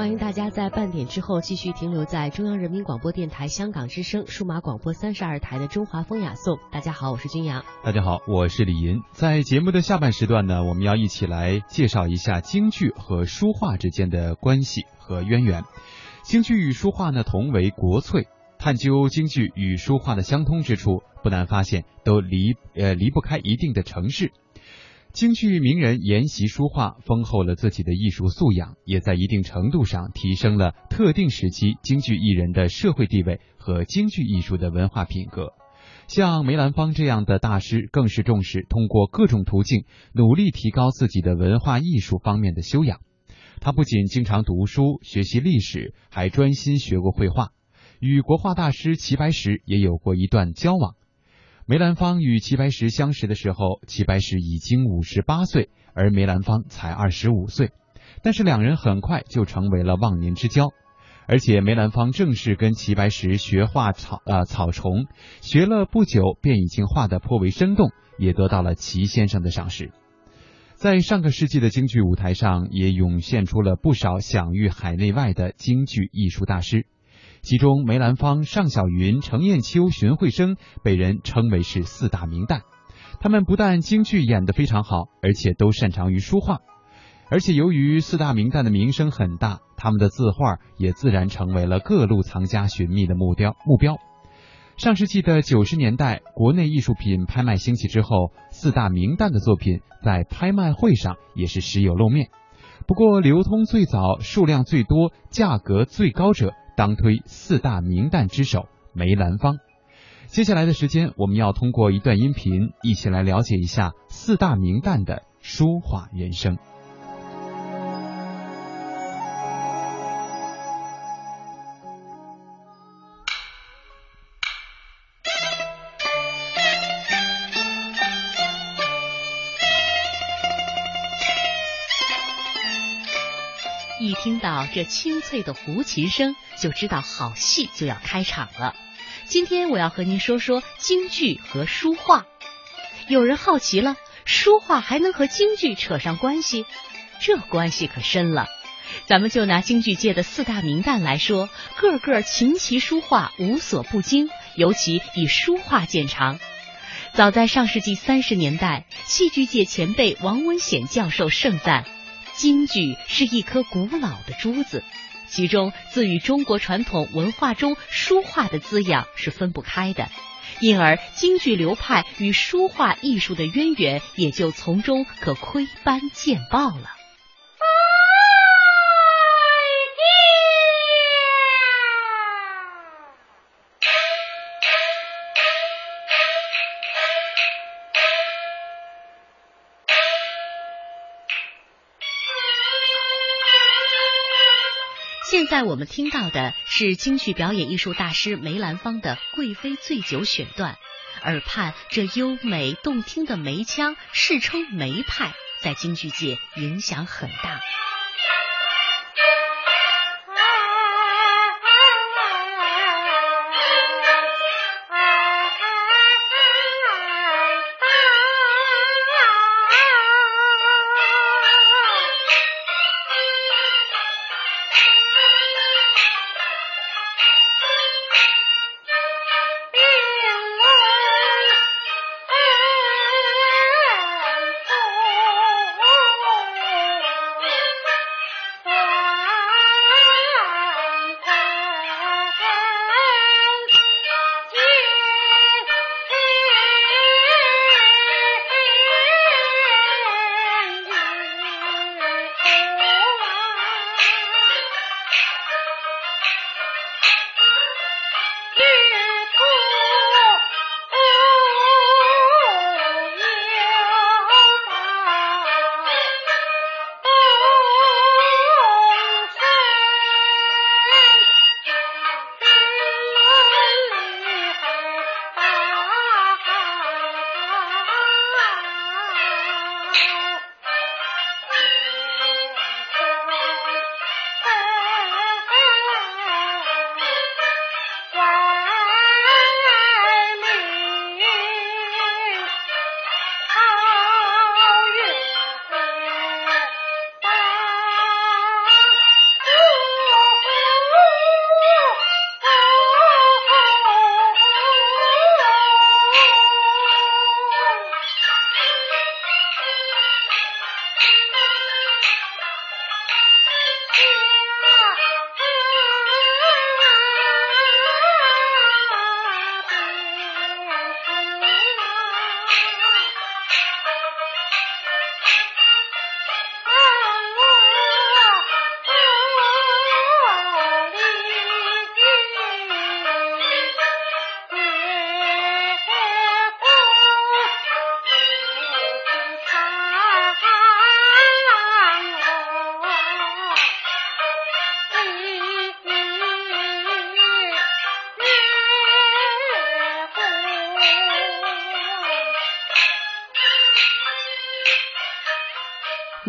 欢迎大家在半点之后继续停留在中央人民广播电台香港之声数码广播32台的中华风雅颂。大家好，我是君阳。 大家好，我是李银。在节目的下半时段呢，我们要一起来介绍一下京剧和书画之间的关系和渊源。京剧与书画呢同为国粹，探究京剧与书画的相通之处，不难发现都离不开一定的程式。京剧名人研习书画，丰厚了自己的艺术素养，也在一定程度上提升了特定时期京剧艺人的社会地位和京剧艺术的文化品格。像梅兰芳这样的大师，更是重视通过各种途径努力提高自己的文化艺术方面的修养。他不仅经常读书学习历史，还专心学过绘画，与国画大师齐白石也有过一段交往。梅兰芳与齐白石相识的时候，齐白石已经58岁，而梅兰芳才25岁，但是两人很快就成为了忘年之交。而且梅兰芳正是跟齐白石学画草虫，学了不久便已经画得颇为生动，也得到了齐先生的赏识。在上个世纪的京剧舞台上，也涌现出了不少享誉海内外的京剧艺术大师，其中梅兰芳、尚小云、程砚秋、荀慧生被人称为是四大名旦。他们不但京剧演得非常好，而且都擅长于书画。而且由于四大名旦的名声很大，他们的字画也自然成为了各路藏家寻觅的目标。上世纪的90年代，国内艺术品拍卖兴起之后，四大名旦的作品在拍卖会上也是时有露面。不过流通最早、数量最多、价格最高者，当推四大名旦之首梅兰芳。接下来的时间，我们要通过一段音频，一起来了解一下四大名旦的书画人生。 一听到这清脆的胡琴声，就知道好戏就要开场了。今天我要和您说说京剧和书画。有人好奇了，书画还能和京剧扯上关系？这关系可深了。咱们就拿京剧界的四大名旦来说，个个琴棋书画无所不精，尤其以书画见长。早在上世纪30年代，戏剧界前辈王文显教授盛赞，京剧是一颗古老的珠子，其中自与中国传统文化中书画的滋养是分不开的，因而京剧流派与书画艺术的渊源也就从中可窥斑见豹了。现在我们听到的是京剧表演艺术大师梅兰芳的《贵妃醉酒》选段，耳畔这优美动听的梅腔，世称梅派，在京剧界影响很大。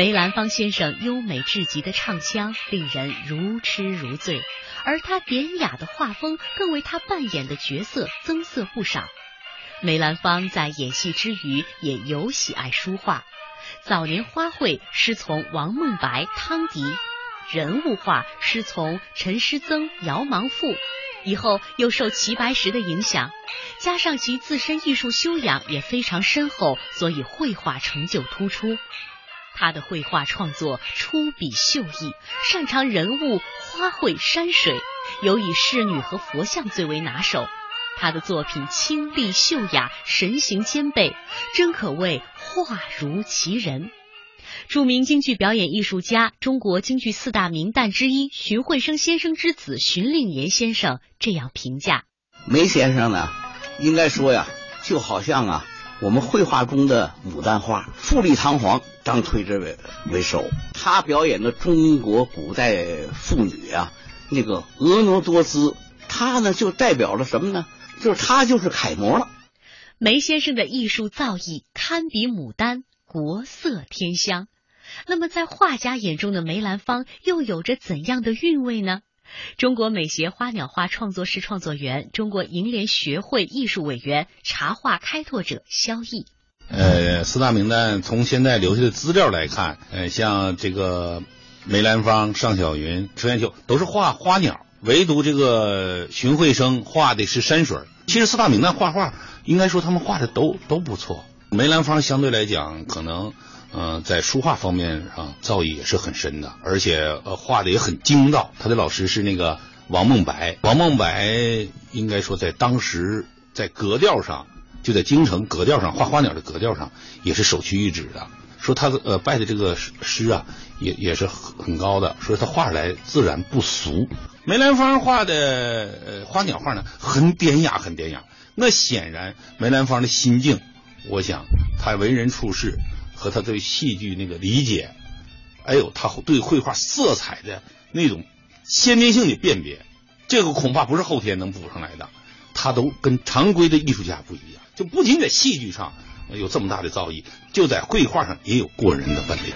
梅兰芳先生优美至极的唱腔令人如痴如醉，而他典雅的画风更为他扮演的角色增色不少。梅兰芳在演戏之余也尤喜爱书画，早年花卉师从王孟白、汤迪，人物画师从陈师曾、姚芒富，以后又受齐白石的影响，加上其自身艺术修养也非常深厚，所以绘画成就突出。他的绘画创作出笔秀逸，擅长人物、花卉、山水，尤以仕女和佛像最为拿手。他的作品清丽秀雅，神形兼备，真可谓画如其人。著名京剧表演艺术家、中国京剧四大名旦之一荀慧生先生之子荀令言先生这样评价： 梅先生呢，应该说呀，就好像我们绘画中的牡丹花，富丽堂皇，当推之为首。他表演的中国古代妇女那个婀娜多姿，他呢就代表了什么呢？就是他就是楷模了。 梅先生的艺术造诣堪比牡丹，国色天香。那么在画家眼中的梅兰芳又有着怎样的韵味呢？中国美协花鸟画创作室创作员、中国楹联学会艺术委员、茶画开拓者萧毅。 四大名旦从现在留下的资料来看，像这个梅兰芳、尚小云、迟元秋都是画花鸟，唯独这个荀慧生画的是山水。其实四大名旦画画，应该说他们画的都不错。梅兰芳相对来讲，可能在书画方面上造诣也是很深的，而且画的也很精到。他的老师是那个王孟白，王孟白应该说在当时在格调上，就在京城格调上画花鸟的格调上也是首屈一指的。说他拜的这个师也是很高的，说他画出来自然不俗。梅兰芳画的花鸟画呢，很典雅，很典雅。那显然梅兰芳的心境，我想他为人处事和他对戏剧那个理解，他对绘画色彩的那种先天性的辨别，这个恐怕不是后天能补上来的。他都跟常规的艺术家不一样，就不仅在戏剧上有这么大的造诣，就在绘画上也有过人的本领。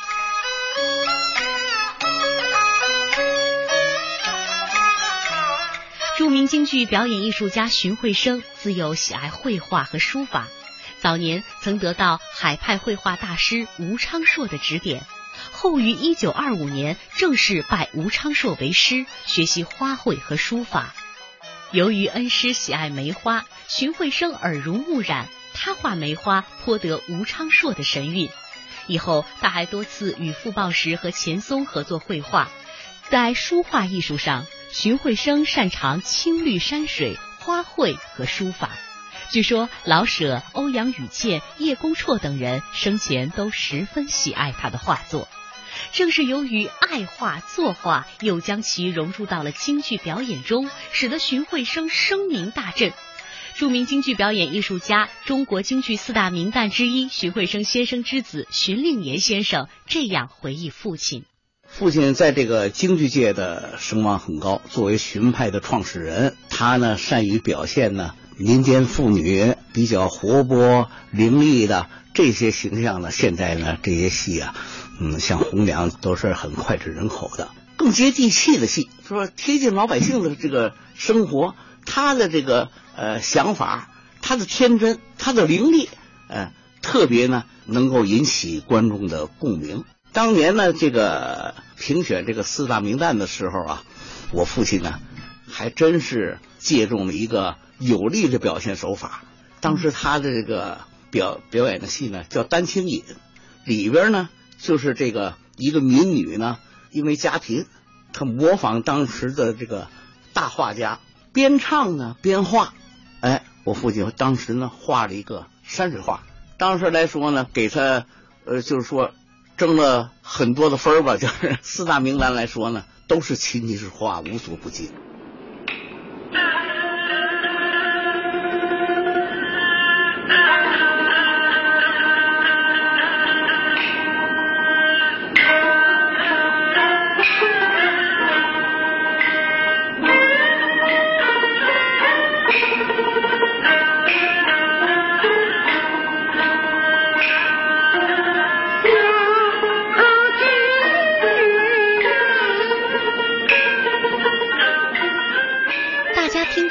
著名京剧表演艺术家荀慧生自幼喜爱绘画和书法，早年曾得到海派绘画大师吴昌硕的指点，后于1925年正式拜吴昌硕为师，学习花卉和书法。由于恩师喜爱梅花，荀慧生耳濡目染，他画梅花颇得吴昌硕的神韵。以后他还多次与傅抱石和钱松合作绘画。在书画艺术上，荀慧生擅长青绿山水、花卉和书法。据说老舍、欧阳予倩、叶公绰等人生前都十分喜爱他的画作。正是由于爱画作画，又将其融入到了京剧表演中，使得荀慧生声名大振。著名京剧表演艺术家、中国京剧四大名旦之一荀慧生先生之子荀令言先生这样回忆父亲： 父亲在这个京剧界的声望很高，作为荀派的创始人，他呢善于表现民间妇女比较活泼伶俐的这些形象呢，现在呢这些戏像红娘都是很脍炙人口的，更接地气的戏，说贴近老百姓的这个生活，他的这个想法，他的天真，他的凌厉，特别呢能够引起观众的共鸣。当年呢这个评选这个四大名旦的时候我父亲呢还真是借重了一个有力的表现手法。当时他的这个表演的戏呢叫《丹青引》，里边呢就是这个一个民女呢，因为家贫，她模仿当时的这个大画家，边唱呢边画。我父亲当时呢画了一个山水画，当时来说呢给他就是说争了很多的分吧，就是四大名旦来说呢都是琴棋书画无所不尽。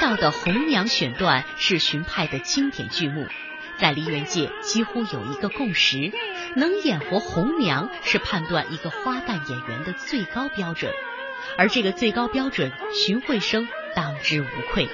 到的红娘选段是荀派的经典剧目，在梨园界几乎有一个共识，能演活红娘是判断一个花旦演员的最高标准，而这个最高标准，荀慧生当之无愧。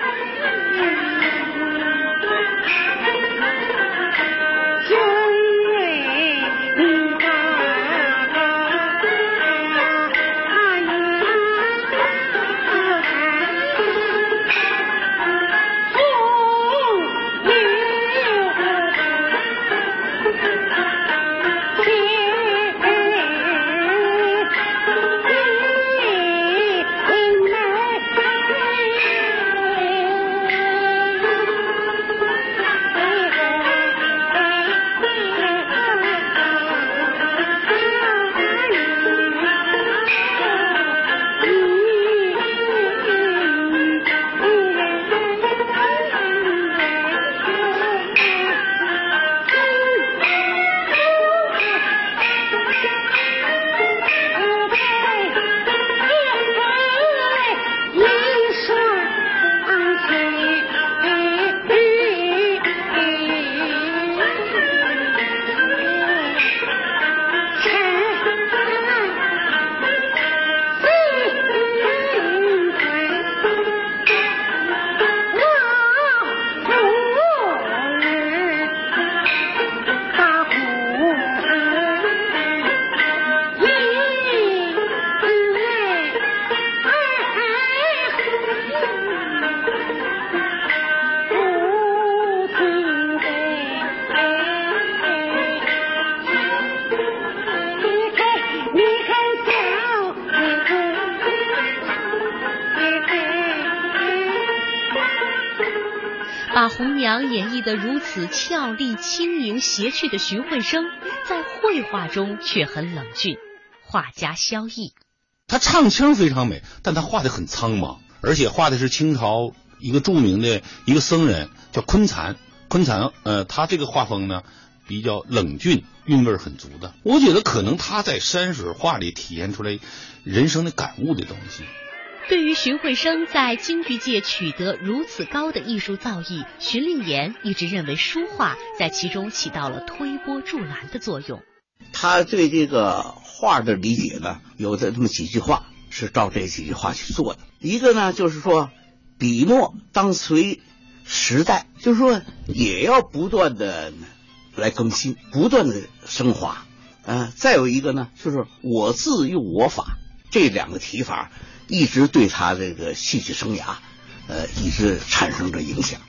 把红娘演绎得如此俏丽轻盈谐趣的荀慧生，在绘画中却很冷峻，画家萧绎。 他唱腔非常美，但他画得很苍茫，而且画的是清朝一个著名的一个僧人叫昆蚕。他这个画风呢比较冷峻，韵味很足的。我觉得可能他在山水画里体现出来人生的感悟的东西。 对于荀慧生在京剧界取得如此高的艺术造诣，荀令言一直认为书画在其中起到了推波助澜的作用。 他对这个画的理解呢，有这么几句话是照这几句话去做的。一个呢，就是说笔墨当随时代，就是说也要不断的来更新，不断的升华。再有一个呢，就是我字用我法，这两个提法一直对他这个戏曲生涯一直产生着影响。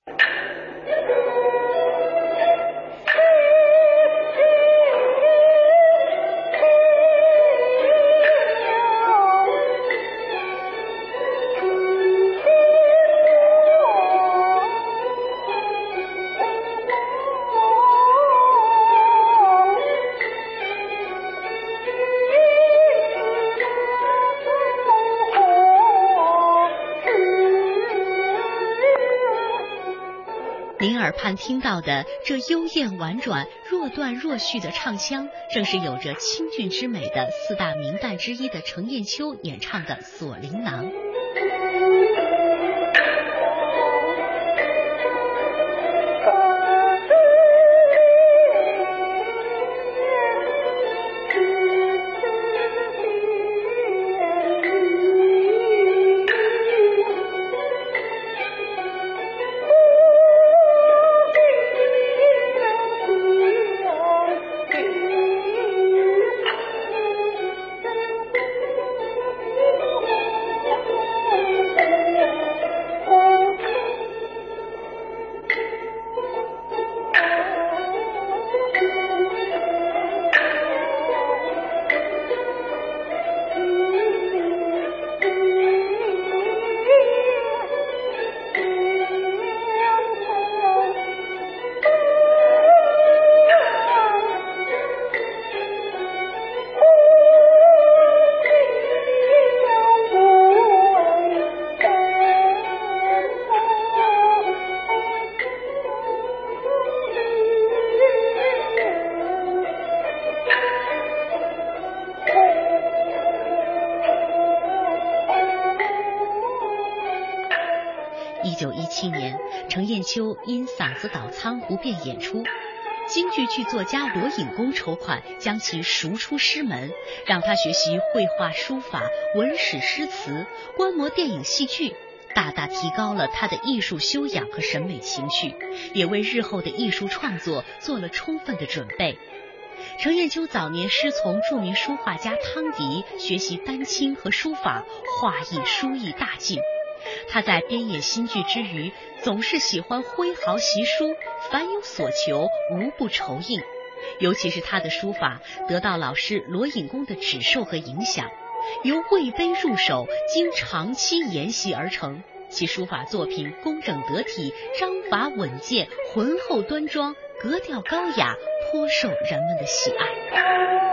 您耳畔听到的这幽咽婉转、若断若续的唱腔，正是有着清俊之美的四大名旦之一的程砚秋演唱的《锁麟囊》。 1917年，程砚秋因嗓子倒仓不便演出，京剧剧作家罗隐公筹款将其赎出师门，让他学习绘画、书法、文史诗词，观摩电影戏剧，大大提高了他的艺术修养和审美情趣，也为日后的艺术创作做了充分的准备。程砚秋早年师从著名书画家汤迪学习丹青和书法，画艺书艺大进。他在编演新剧之余，总是喜欢挥毫习书，凡有所求，无不酬应。尤其是他的书法得到老师罗隐公的指授和影响，由魏碑入手，经长期研习而成。其书法作品工整得体，章法稳健，浑厚端庄，格调高雅，颇受人们的喜爱。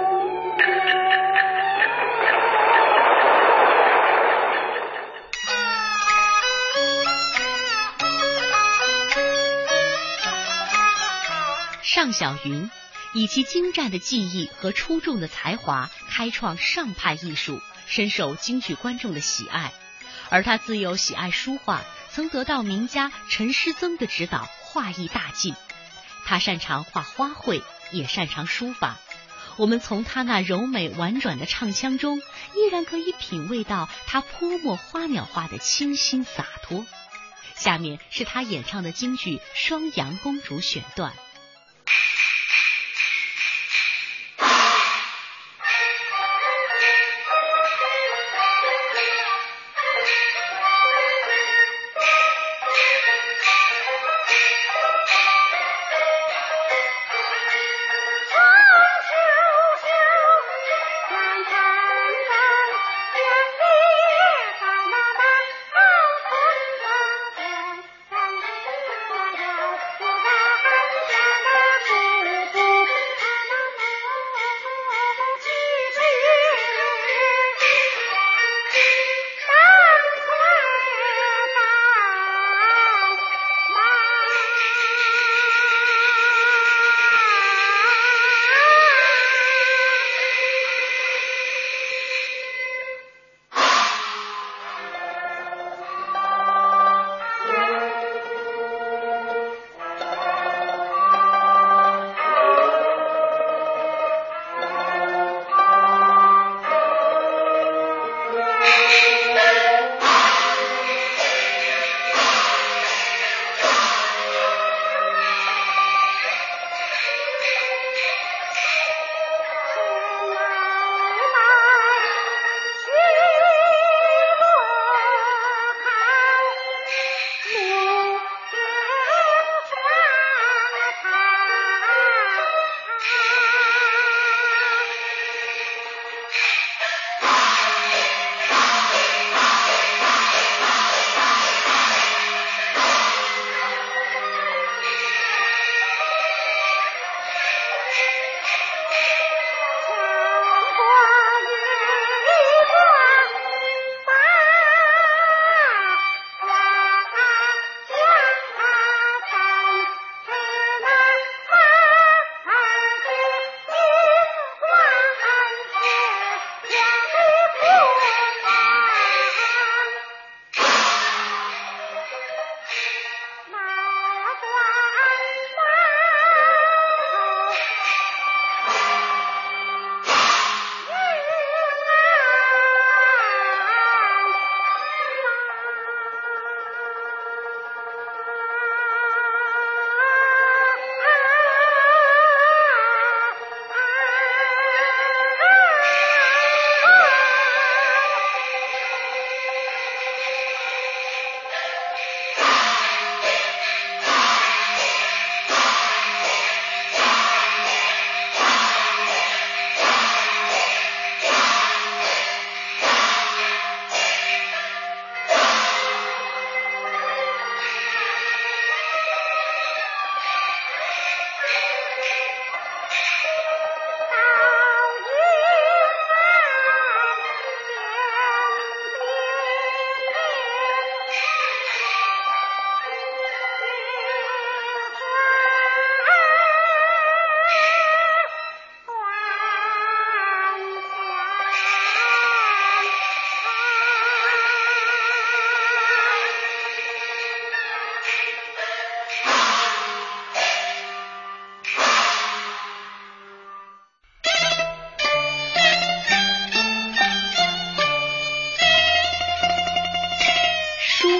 尚小云以其精湛的技艺和出众的才华，开创上派艺术，深受京剧观众的喜爱。而他自幼喜爱书画，曾得到名家陈师曾的指导，画艺大进。他擅长画花卉，也擅长书法。我们从他那柔美婉转的唱腔中，依然可以品味到他泼墨花鸟画的清新洒脱。下面是他演唱的京剧《双阳公主》选段。 山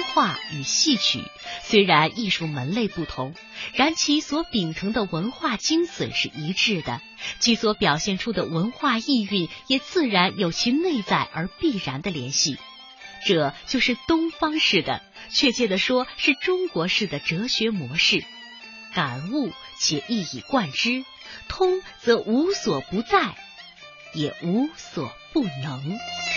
画与戏曲虽然艺术门类不同，然其所秉承的文化精髓是一致的，其所表现出的文化意蕴也自然有其内在而必然的联系。这就是东方式的，确切地说是中国式的哲学模式，感悟且一以贯之，通则无所不在，也无所不能。